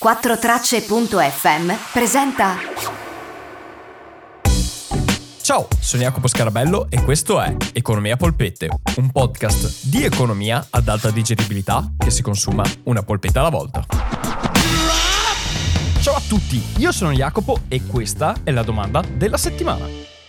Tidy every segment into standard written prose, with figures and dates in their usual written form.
4tracce.fm presenta. Ciao, sono Jacopo Scarabello e questo è Economia Polpette, un podcast di economia ad alta digeribilità che si consuma una polpetta alla volta. Ciao a tutti, io sono Jacopo e questa è la domanda della settimana.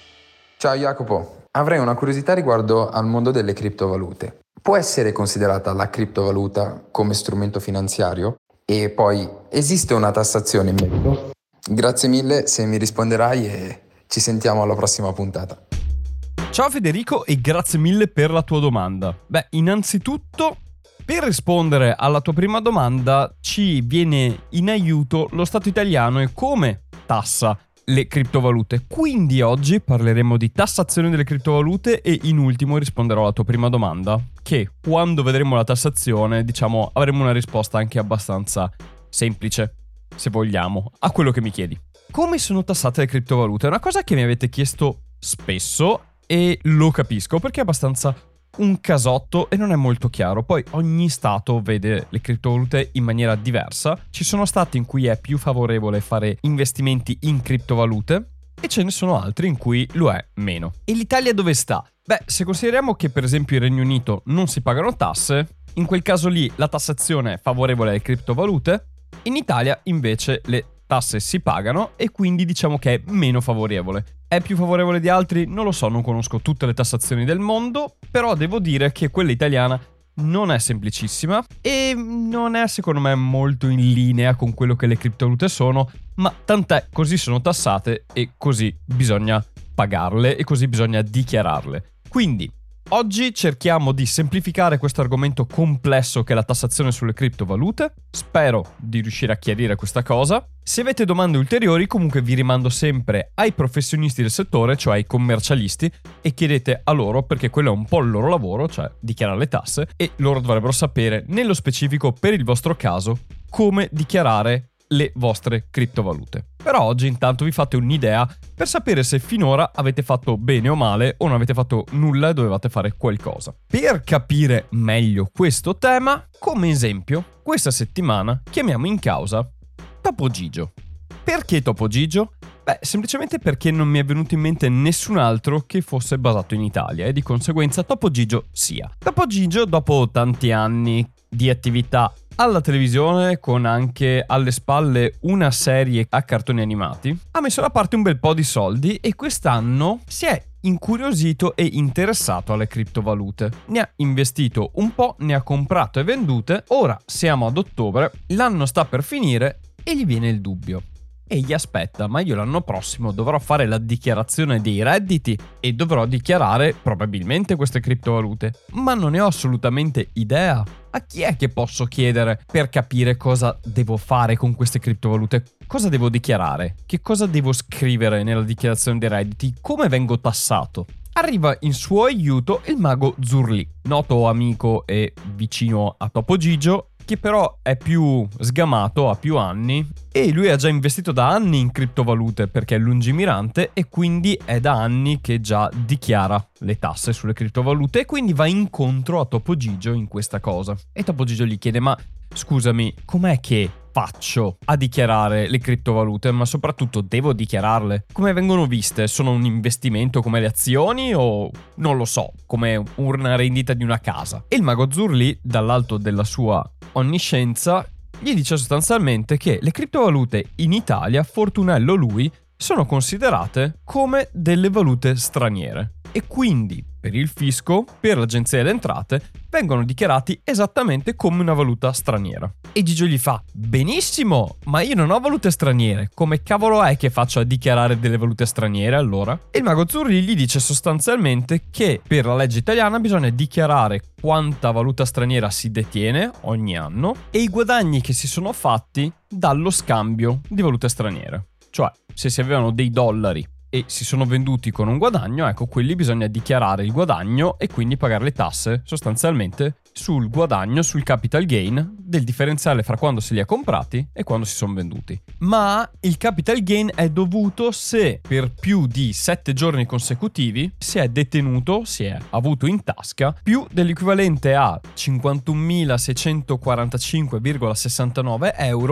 Ciao Jacopo, avrei una curiosità riguardo al mondo delle criptovalute. Può essere considerata la criptovaluta come strumento finanziario? E poi, esiste una tassazione in merito? Grazie mille se mi risponderai e ci sentiamo alla prossima puntata. Ciao Federico e grazie mille per la tua domanda. Innanzitutto, per rispondere alla tua prima domanda, ci viene in aiuto lo Stato italiano e come tassa le criptovalute. Quindi oggi parleremo di tassazione delle criptovalute e in ultimo risponderò alla tua prima domanda, che quando vedremo la tassazione, avremo una risposta anche abbastanza semplice, se vogliamo, a quello che mi chiedi. Come sono tassate le criptovalute? È una cosa che mi avete chiesto spesso e lo capisco perché è abbastanza un casotto e non è molto chiaro. Poi ogni stato vede le criptovalute in maniera diversa. Ci sono stati in cui è più favorevole fare investimenti in criptovalute e ce ne sono altri in cui lo è meno. E l'Italia dove sta? Se consideriamo che per esempio il Regno Unito non si pagano tasse, in quel caso lì la tassazione è favorevole alle criptovalute. In Italia invece le tasse si pagano e quindi diciamo che è meno favorevole. È più favorevole di altri? Non lo so, non conosco tutte le tassazioni del mondo, però devo dire che quella italiana non è semplicissima e non è secondo me molto in linea con quello che le criptovalute sono, ma tant'è, così sono tassate e così bisogna pagarle e così bisogna dichiararle. Quindi oggi cerchiamo di semplificare questo argomento complesso che è la tassazione sulle criptovalute. Spero di riuscire a chiarire questa cosa. Se avete domande ulteriori, comunque vi rimando sempre ai professionisti del settore, cioè ai commercialisti, e chiedete a loro perché quello è un po' il loro lavoro, cioè dichiarare le tasse, e loro dovrebbero sapere nello specifico per il vostro caso come dichiarare le vostre criptovalute. Però oggi intanto vi fate un'idea per sapere se finora avete fatto bene o male o non avete fatto nulla e dovevate fare qualcosa. Per capire meglio questo tema, come esempio, questa settimana chiamiamo in causa Topo Gigio. Perché Topo Gigio? Semplicemente perché non mi è venuto in mente nessun altro che fosse basato in Italia e di conseguenza Topo Gigio sia. Topo Gigio, dopo tanti anni di attività alla televisione, con anche alle spalle una serie a cartoni animati, ha messo da parte un bel po' di soldi e quest'anno si è incuriosito e interessato alle criptovalute. Ne ha investito un po', ne ha comprato e vendute. Ora siamo ad ottobre, l'anno sta per finire e gli viene il dubbio. E gli aspetta, ma io l'anno prossimo dovrò fare la dichiarazione dei redditi e dovrò dichiarare probabilmente queste criptovalute, ma non ne ho assolutamente idea. A chi è che posso chiedere per capire cosa devo fare con queste criptovalute? Cosa devo dichiarare? Che cosa devo scrivere nella dichiarazione dei redditi? Come vengo tassato? Arriva in suo aiuto il mago Zurlì, noto amico e vicino a Topo Gigio, che però è più sgamato, ha più anni e lui ha già investito da anni in criptovalute perché è lungimirante e quindi è da anni che già dichiara le tasse sulle criptovalute e quindi va incontro a Topo Gigio in questa cosa. E Topo Gigio gli chiede: ma scusami, com'è che faccio a dichiarare le criptovalute, ma soprattutto devo dichiararle? Come vengono viste? Sono un investimento come le azioni o non lo so, come una rendita di una casa? E il mago Zurlì, dall'alto della sua onniscienza, gli dice sostanzialmente che le criptovalute in Italia, fortunello lui, sono considerate come delle valute straniere e quindi per il fisco, per l'agenzia delle entrate, vengono dichiarati esattamente come una valuta straniera. E Gigio gli fa: benissimo, ma io non ho valute straniere, come cavolo è che faccio a dichiarare delle valute straniere allora? E il mago Zurlì gli dice sostanzialmente che per la legge italiana bisogna dichiarare quanta valuta straniera si detiene ogni anno e i guadagni che si sono fatti dallo scambio di valute straniere. Cioè, se si avevano dei dollari e si sono venduti con un guadagno, ecco, quelli bisogna dichiarare il guadagno e quindi pagare le tasse sostanzialmente sul guadagno, sul capital gain del differenziale fra quando se li ha comprati e quando si sono venduti. Ma il capital gain è dovuto se per più di 7 giorni consecutivi si è detenuto, si è avuto in tasca più dell'equivalente a 51.645,69 euro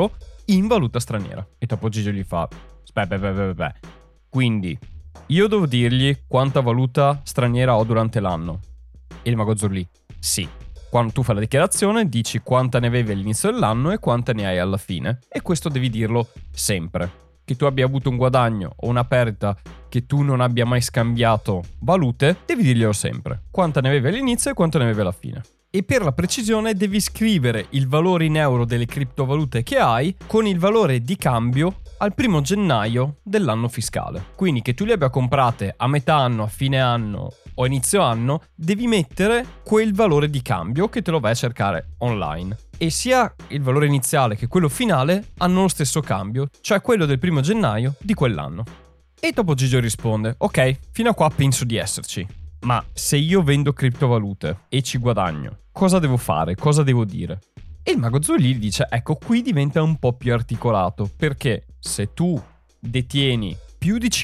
in valuta straniera. E Topo Gigio gli fa: beh. Quindi io devo dirgli quanta valuta straniera ho durante l'anno? E il mago Zurlì: sì. Quando tu fai la dichiarazione dici quanta ne avevi all'inizio dell'anno e quanta ne hai alla fine. E questo devi dirlo sempre. Che tu abbia avuto un guadagno o una perdita, che tu non abbia mai scambiato valute, devi dirglielo sempre. Quanta ne avevi all'inizio e quanta ne avevi alla fine. E per la precisione devi scrivere il valore in euro delle criptovalute che hai con il valore di cambio al 1 gennaio dell'anno fiscale. Quindi che tu le abbia comprate a metà anno, a fine anno o a inizio anno, devi mettere quel valore di cambio che te lo vai a cercare online. E sia il valore iniziale che quello finale hanno lo stesso cambio, cioè quello del 1 gennaio di quell'anno. E Topo Gigio risponde: ok, fino a qua penso di esserci. Ma se io vendo criptovalute e ci guadagno, cosa devo fare? Cosa devo dire? E il mago Zurlì dice: ecco, qui diventa un po' più articolato, perché se tu detieni più di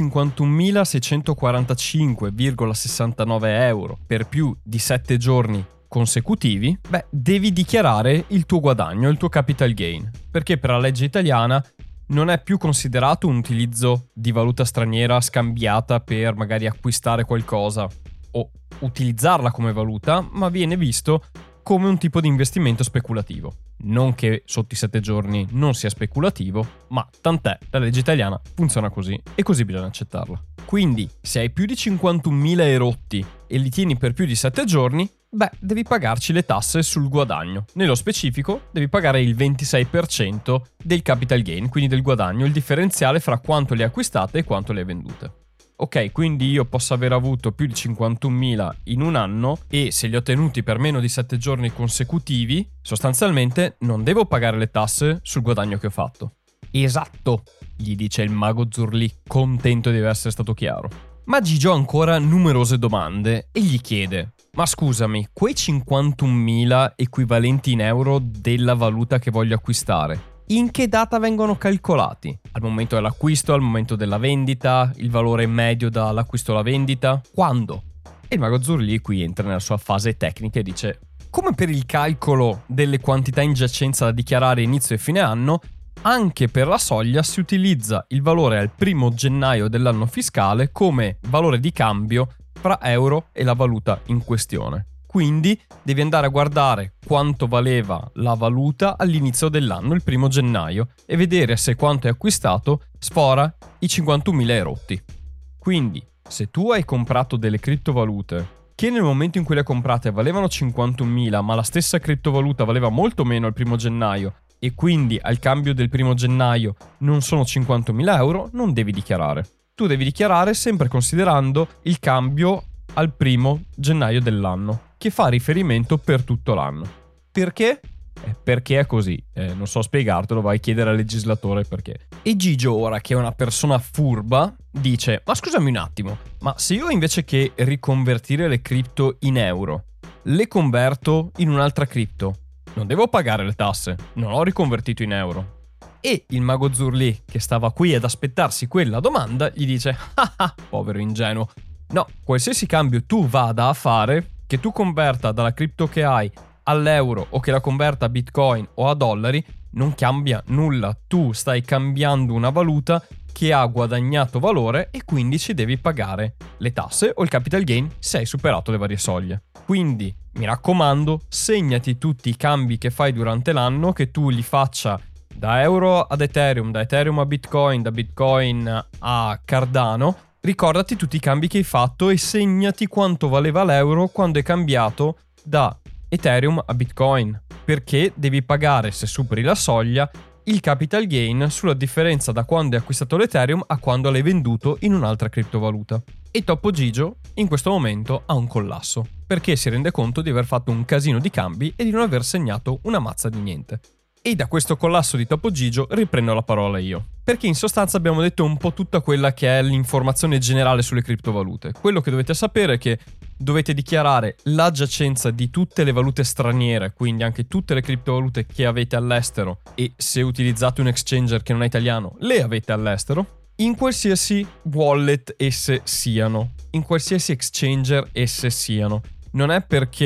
51.645,69 euro per più di 7 giorni consecutivi, devi dichiarare il tuo guadagno, il tuo capital gain, perché per la legge italiana non è più considerato un utilizzo di valuta straniera scambiata per magari acquistare qualcosa o utilizzarla come valuta, ma viene visto come un tipo di investimento speculativo. Non che sotto i 7 giorni non sia speculativo, ma tant'è, la legge italiana funziona così e così bisogna accettarla. Quindi, se hai più di 51.000 erotti e li tieni per più di 7 giorni, devi pagarci le tasse sul guadagno. Nello specifico, devi pagare il 26% del capital gain, quindi del guadagno, il differenziale fra quanto le hai acquistate e quanto le hai vendute. Ok, quindi io posso aver avuto più di 51.000 in un anno e se li ho tenuti per meno di 7 giorni consecutivi, sostanzialmente non devo pagare le tasse sul guadagno che ho fatto. Esatto, gli dice il mago Zurlì, contento di essere stato chiaro. Ma Gigio ha ancora numerose domande e gli chiede: ma scusami, quei 51.000 equivalenti in euro della valuta che voglio acquistare, in che data vengono calcolati? Al momento dell'acquisto, al momento della vendita, il valore medio dall'acquisto alla vendita? Quando? E il mago Zurlì qui entra nella sua fase tecnica e dice: come per il calcolo delle quantità in giacenza da dichiarare inizio e fine anno, anche per la soglia si utilizza il valore al 1 gennaio dell'anno fiscale come valore di cambio fra euro e la valuta in questione. Quindi devi andare a guardare quanto valeva la valuta all'inizio dell'anno, il 1 gennaio, e vedere se quanto hai acquistato sfora i 51.000 erotti. Quindi, se tu hai comprato delle criptovalute che nel momento in cui le hai comprate valevano 51.000, ma la stessa criptovaluta valeva molto meno il 1 gennaio, e quindi al cambio del 1 gennaio non sono 50.000 euro, non devi dichiarare. Tu devi dichiarare sempre considerando il cambio al 1 gennaio dell'anno, che fa riferimento per tutto l'anno. Perché? Perché è così. Non so spiegartelo, vai a chiedere al legislatore perché. E Gigio, ora che è una persona furba, dice: ma scusami un attimo, ma se io invece che riconvertire le cripto in euro, le converto in un'altra cripto, non devo pagare le tasse, non ho riconvertito in euro. E il mago Zurlì, che stava qui ad aspettarsi quella domanda, gli dice: povero ingenuo. No, qualsiasi cambio tu vada a fare, che tu converta dalla cripto che hai all'euro o che la converta a bitcoin o a dollari, non cambia nulla. Tu stai cambiando una valuta che ha guadagnato valore e quindi ci devi pagare le tasse o il capital gain se hai superato le varie soglie. Quindi, mi raccomando, segnati tutti i cambi che fai durante l'anno, che tu li faccia da euro ad Ethereum, da Ethereum a Bitcoin, da Bitcoin a Cardano. Ricordati tutti i cambi che hai fatto e segnati quanto valeva l'euro quando è cambiato da Ethereum a Bitcoin, perché devi pagare, se superi la soglia, il capital gain sulla differenza da quando hai acquistato l'Ethereum a quando l'hai venduto in un'altra criptovaluta. E Topo Gigio in questo momento ha un collasso, perché si rende conto di aver fatto un casino di cambi e di non aver segnato una mazza di niente. E da questo collasso di Topo Gigio riprendo la parola io, perché in sostanza abbiamo detto un po' tutta quella che è l'informazione generale sulle criptovalute. Quello che dovete sapere è che dovete dichiarare la giacenza di tutte le valute straniere, quindi anche tutte le criptovalute che avete all'estero, e se utilizzate un exchanger che non è italiano, le avete all'estero, in qualsiasi wallet esse siano, in qualsiasi exchanger esse siano. Non è perché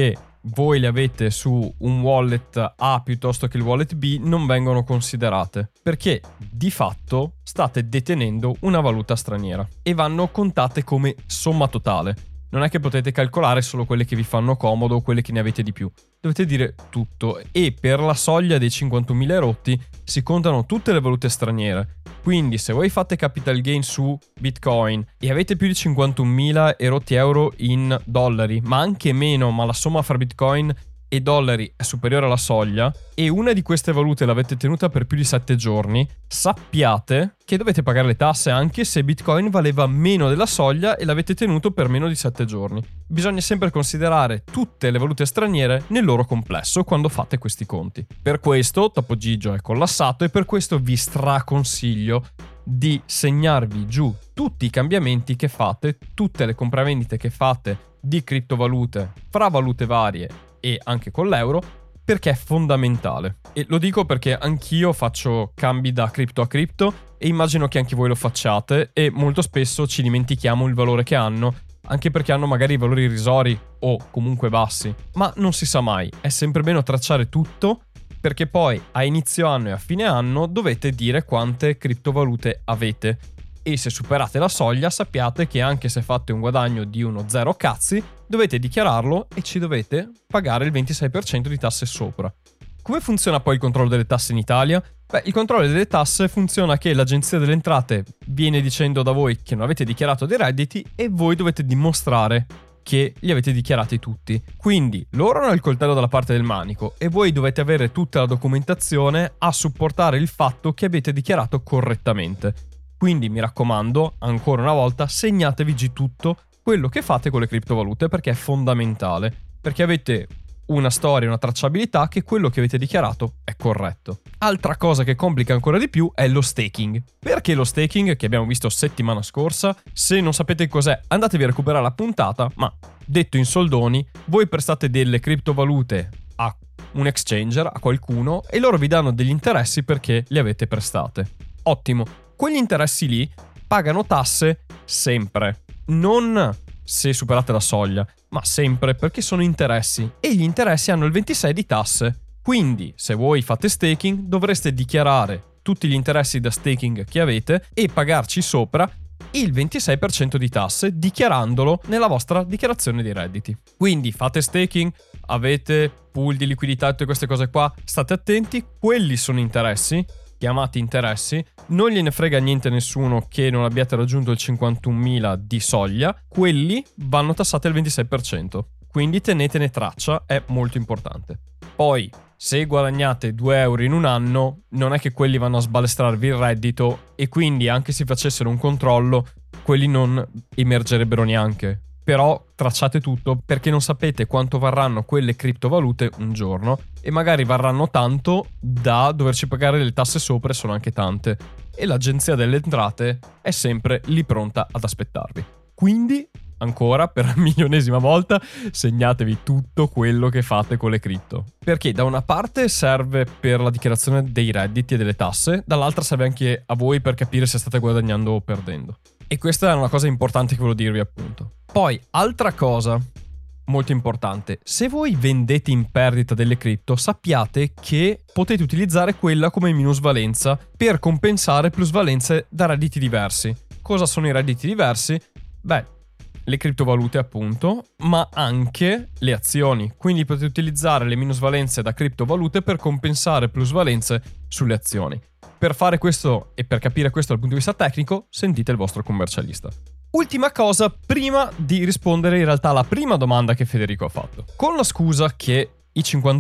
voi le avete su un wallet A piuttosto che il wallet B non vengono considerate, perché di fatto state detenendo una valuta straniera e vanno contate come somma totale. Non è che potete calcolare solo quelle che vi fanno comodo o quelle che ne avete di più. Dovete dire tutto, e per la soglia dei 51.000 erotti si contano tutte le valute straniere. Quindi se voi fate capital gain su Bitcoin e avete più di 51.000 euro in dollari, ma anche meno, ma la somma fra Bitcoin e dollari è superiore alla soglia, e una di queste valute l'avete tenuta per più di 7 giorni, sappiate che dovete pagare le tasse anche se Bitcoin valeva meno della soglia e l'avete tenuto per meno di 7 giorni. Bisogna sempre considerare tutte le valute straniere nel loro complesso quando fate questi conti. Per questo Topo Gigio è collassato e per questo vi straconsiglio di segnarvi giù tutti i cambiamenti che fate, tutte le compravendite che fate di criptovalute fra valute varie e anche con l'euro, perché è fondamentale. E lo dico perché anch'io faccio cambi da cripto a cripto e immagino che anche voi lo facciate, e molto spesso ci dimentichiamo il valore che hanno, anche perché hanno magari valori irrisori o comunque bassi, ma non si sa mai. È sempre bene tracciare tutto, perché poi a inizio anno e a fine anno dovete dire quante criptovalute avete, e se superate la soglia sappiate che anche se fate un guadagno di uno 0 cazzi dovete dichiararlo e ci dovete pagare il 26% di tasse sopra. Come funziona poi il controllo delle tasse in Italia? Beh, il controllo delle tasse funziona che l'Agenzia delle Entrate viene dicendo da voi che non avete dichiarato dei redditi e voi dovete dimostrare che li avete dichiarati tutti. Quindi loro hanno il coltello dalla parte del manico e voi dovete avere tutta la documentazione a supportare il fatto che avete dichiarato correttamente. Quindi mi raccomando, ancora una volta, segnatevi giù tutto quello che fate con le criptovalute, perché è fondamentale, perché avete una storia, una tracciabilità che quello che avete dichiarato è corretto. Altra cosa che complica ancora di più è lo staking. Perché lo staking, che abbiamo visto settimana scorsa, se non sapete cos'è andatevi a recuperare la puntata, ma detto in soldoni, voi prestate delle criptovalute a un exchanger, a qualcuno, e loro vi danno degli interessi perché le avete prestate. Ottimo. Quegli interessi lì pagano tasse sempre, non se superate la soglia, ma sempre, perché sono interessi e gli interessi hanno il 26 di tasse. Quindi se voi fate staking dovreste dichiarare tutti gli interessi da staking che avete e pagarci sopra il 26% di tasse dichiarandolo nella vostra dichiarazione dei redditi. Quindi fate staking, avete pool di liquidità e tutte queste cose qua, state attenti, quelli sono interessi, chiamati interessi, non gliene frega niente a nessuno che non abbiate raggiunto il 51.000 di soglia, quelli vanno tassati al 26%, quindi tenetene traccia, è molto importante. Poi, se guadagnate 2 euro in un anno, non è che quelli vanno a sbalestrarvi il reddito, e quindi anche se facessero un controllo, quelli non emergerebbero neanche. Però tracciate tutto, perché non sapete quanto varranno quelle criptovalute un giorno e magari varranno tanto da doverci pagare delle tasse sopra, e sono anche tante, e l'Agenzia delle Entrate è sempre lì pronta ad aspettarvi. Quindi, ancora per la milionesima volta, segnatevi tutto quello che fate con le cripto, perché da una parte serve per la dichiarazione dei redditi e delle tasse, dall'altra serve anche a voi per capire se state guadagnando o perdendo. E questa è una cosa importante che volevo dirvi, appunto. Poi, altra cosa molto importante, se voi vendete in perdita delle cripto, sappiate che potete utilizzare quella come minusvalenza per compensare plusvalenze da redditi diversi. Cosa sono i redditi diversi? Beh, le criptovalute appunto, ma anche le azioni. Quindi potete utilizzare le minusvalenze da criptovalute per compensare plusvalenze sulle azioni. Per fare questo e per capire questo dal punto di vista tecnico, sentite il vostro commercialista. Ultima cosa, prima di rispondere in realtà alla prima domanda che Federico ha fatto. Con la scusa che i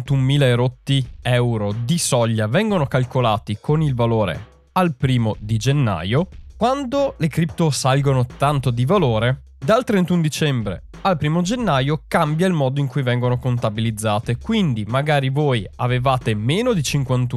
51.000 euro di soglia vengono calcolati con il valore al 1 di gennaio, quando le cripto salgono tanto di valore, dal 31 dicembre al 1 gennaio cambia il modo in cui vengono contabilizzate. Quindi magari voi avevate meno di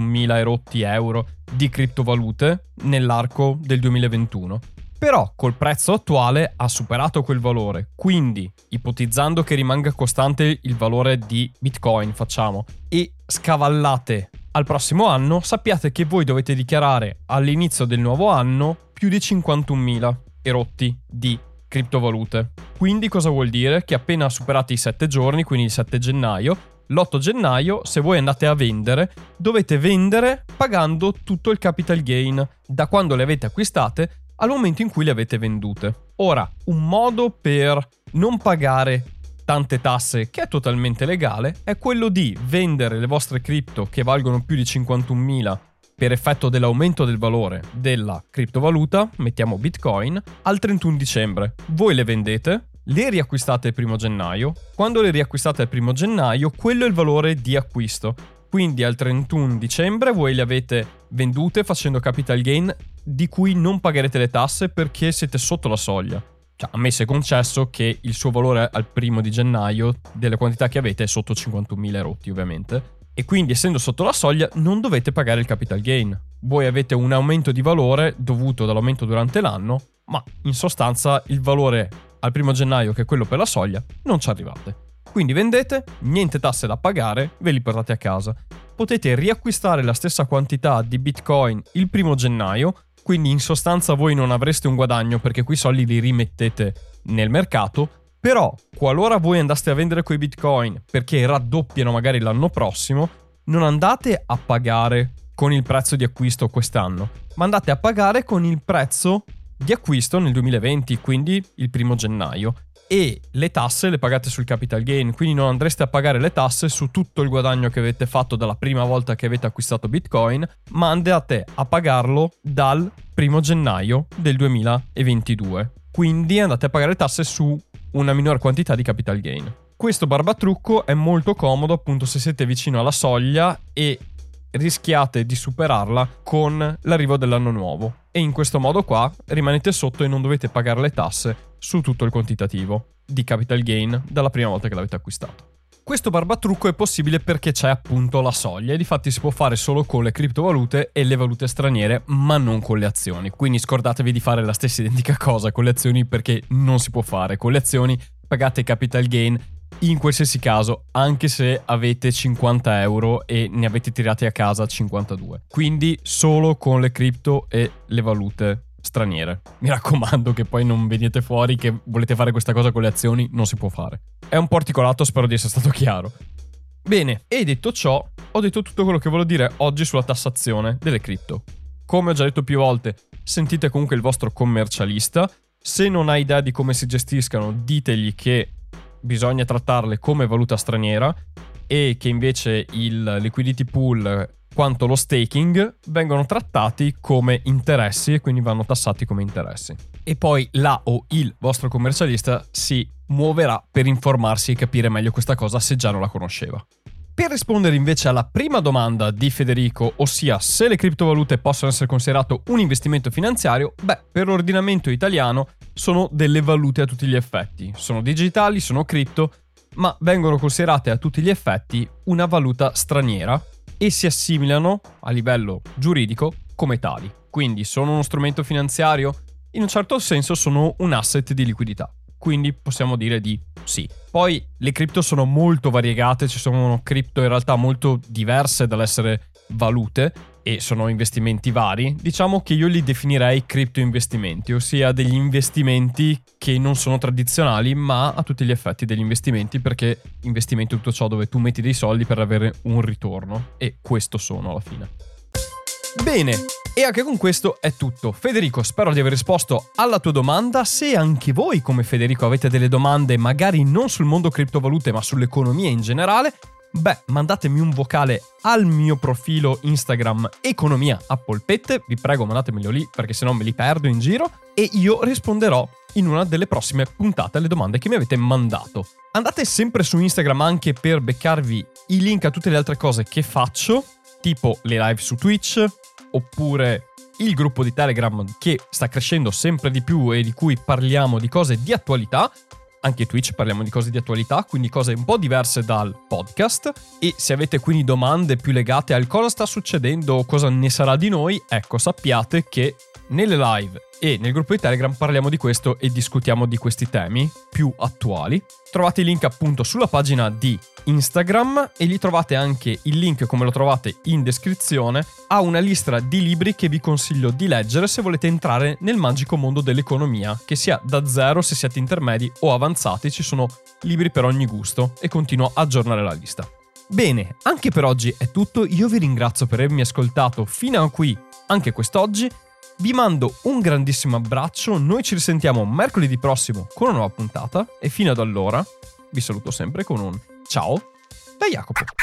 51.000 euro di criptovalute nell'arco del 2021. Però col prezzo attuale ha superato quel valore, quindi ipotizzando che rimanga costante il valore di Bitcoin, facciamo, e scavallate al prossimo anno, sappiate che voi dovete dichiarare all'inizio del nuovo anno più di 51.000 erotti di criptovalute. Quindi cosa vuol dire? Che appena superati i 7 giorni, quindi il 7 gennaio, l'8 gennaio, se voi andate a vendere, dovete vendere pagando tutto il capital gain da quando le avete acquistate al momento in cui le avete vendute. Ora, un modo per non pagare tante tasse, che è totalmente legale, è quello di vendere le vostre cripto che valgono più di 51.000 per effetto dell'aumento del valore della criptovaluta, mettiamo Bitcoin, al 31 dicembre. Voi le vendete, le riacquistate il 1 gennaio. Quando le riacquistate il 1 gennaio, quello è il valore di acquisto. Quindi al 31 dicembre voi le avete vendute facendo capital gain di cui non pagherete le tasse perché siete sotto la soglia. Cioè, a me si è concesso che il suo valore al 1 di gennaio delle quantità che avete è sotto 51.000 rotti, ovviamente. E quindi, essendo sotto la soglia, non dovete pagare il capital gain. Voi avete un aumento di valore dovuto dall'aumento durante l'anno, ma in sostanza il valore al 1 gennaio, che è quello per la soglia, non ci arrivate. Quindi vendete, niente tasse da pagare, ve li portate a casa. Potete riacquistare la stessa quantità di Bitcoin il 1 gennaio, quindi in sostanza voi non avreste un guadagno perché quei soldi li rimettete nel mercato, però qualora voi andaste a vendere quei Bitcoin perché raddoppiano magari l'anno prossimo, non andate a pagare con il prezzo di acquisto quest'anno, ma andate a pagare con il prezzo di acquisto nel 2020, quindi il 1 gennaio. E le tasse le pagate sul capital gain, quindi non andreste a pagare le tasse su tutto il guadagno che avete fatto dalla prima volta che avete acquistato Bitcoin, ma andate a pagarlo dal 1 gennaio del 2022. Quindi andate a pagare tasse su una minore quantità di capital gain. Questo barbatrucco è molto comodo appunto se siete vicino alla soglia e rischiate di superarla con l'arrivo dell'anno nuovo. E in questo modo qua rimanete sotto e non dovete pagare le tasse su tutto il quantitativo di capital gain dalla prima volta che l'avete acquistato. Questo barbatrucco è possibile perché c'è appunto la soglia e difatti si può fare solo con le criptovalute e le valute straniere, ma non con le azioni. Quindi scordatevi di fare la stessa identica cosa con le azioni perché non si può fare. Con le azioni pagate capital gain in qualsiasi caso, anche se avete 50 euro e ne avete tirati a casa 52. Quindi solo con le cripto e le valute straniere. Mi raccomando che poi non venite fuori che volete fare questa cosa con le azioni, non si può fare. È un po' articolato, spero di essere stato chiaro. Bene, e detto ciò, ho detto tutto quello che volevo dire oggi sulla tassazione delle cripto. Come ho già detto più volte, sentite comunque il vostro commercialista. Se non hai idea di come si gestiscano, ditegli che bisogna trattarle come valuta straniera e che invece il liquidity pool quanto lo staking vengono trattati come interessi e quindi vanno tassati come interessi. E poi la o il vostro commercialista si muoverà per informarsi e capire meglio questa cosa se già non la conosceva. Per rispondere invece alla prima domanda di Federico, ossia se le criptovalute possono essere considerato un investimento finanziario, per l'ordinamento italiano sono delle valute a tutti gli effetti. Sono digitali, sono cripto, ma vengono considerate a tutti gli effetti una valuta straniera e si assimilano a livello giuridico come tali. Quindi sono uno strumento finanziario? In un certo senso sono un asset di liquidità. Quindi possiamo dire di sì. Poi le cripto sono molto variegate, ci sono cripto in realtà molto diverse dall'essere valute e sono investimenti vari. Diciamo che io li definirei cripto investimenti, ossia degli investimenti che non sono tradizionali ma a tutti gli effetti degli investimenti, perché investimento è tutto ciò dove tu metti dei soldi per avere un ritorno e questo sono alla fine. Bene, e anche con questo è tutto. Federico, spero di aver risposto alla tua domanda. Se anche voi come Federico avete delle domande magari non sul mondo criptovalute ma sull'economia in generale, mandatemi un vocale al mio profilo Instagram Economia a Polpette, vi prego mandatemelo lì perché sennò me li perdo in giro e io risponderò in una delle prossime puntate alle domande che mi avete mandato. Andate sempre su Instagram anche per beccarvi i link a tutte le altre cose che faccio, tipo le live su Twitch, oppure il gruppo di Telegram che sta crescendo sempre di più e di cui parliamo di cose di attualità. Anche Twitch parliamo di cose di attualità, quindi cose un po' diverse dal podcast. E se avete quindi domande più legate al cosa sta succedendo o cosa ne sarà di noi, ecco, sappiate che nelle live e nel gruppo di Telegram parliamo di questo e discutiamo di questi temi più attuali. Trovate i link appunto sulla pagina di Instagram e lì trovate anche il link, come lo trovate in descrizione, a una lista di libri che vi consiglio di leggere se volete entrare nel magico mondo dell'economia, che sia da zero se siete intermedi o avanzati, ci sono libri per ogni gusto e continuo a aggiornare la lista. Bene, anche per oggi è tutto, io vi ringrazio per avermi ascoltato fino a qui anche quest'oggi, vi mando un grandissimo abbraccio, noi ci risentiamo mercoledì prossimo con una nuova puntata e fino ad allora vi saluto sempre con un ciao da Jacopo.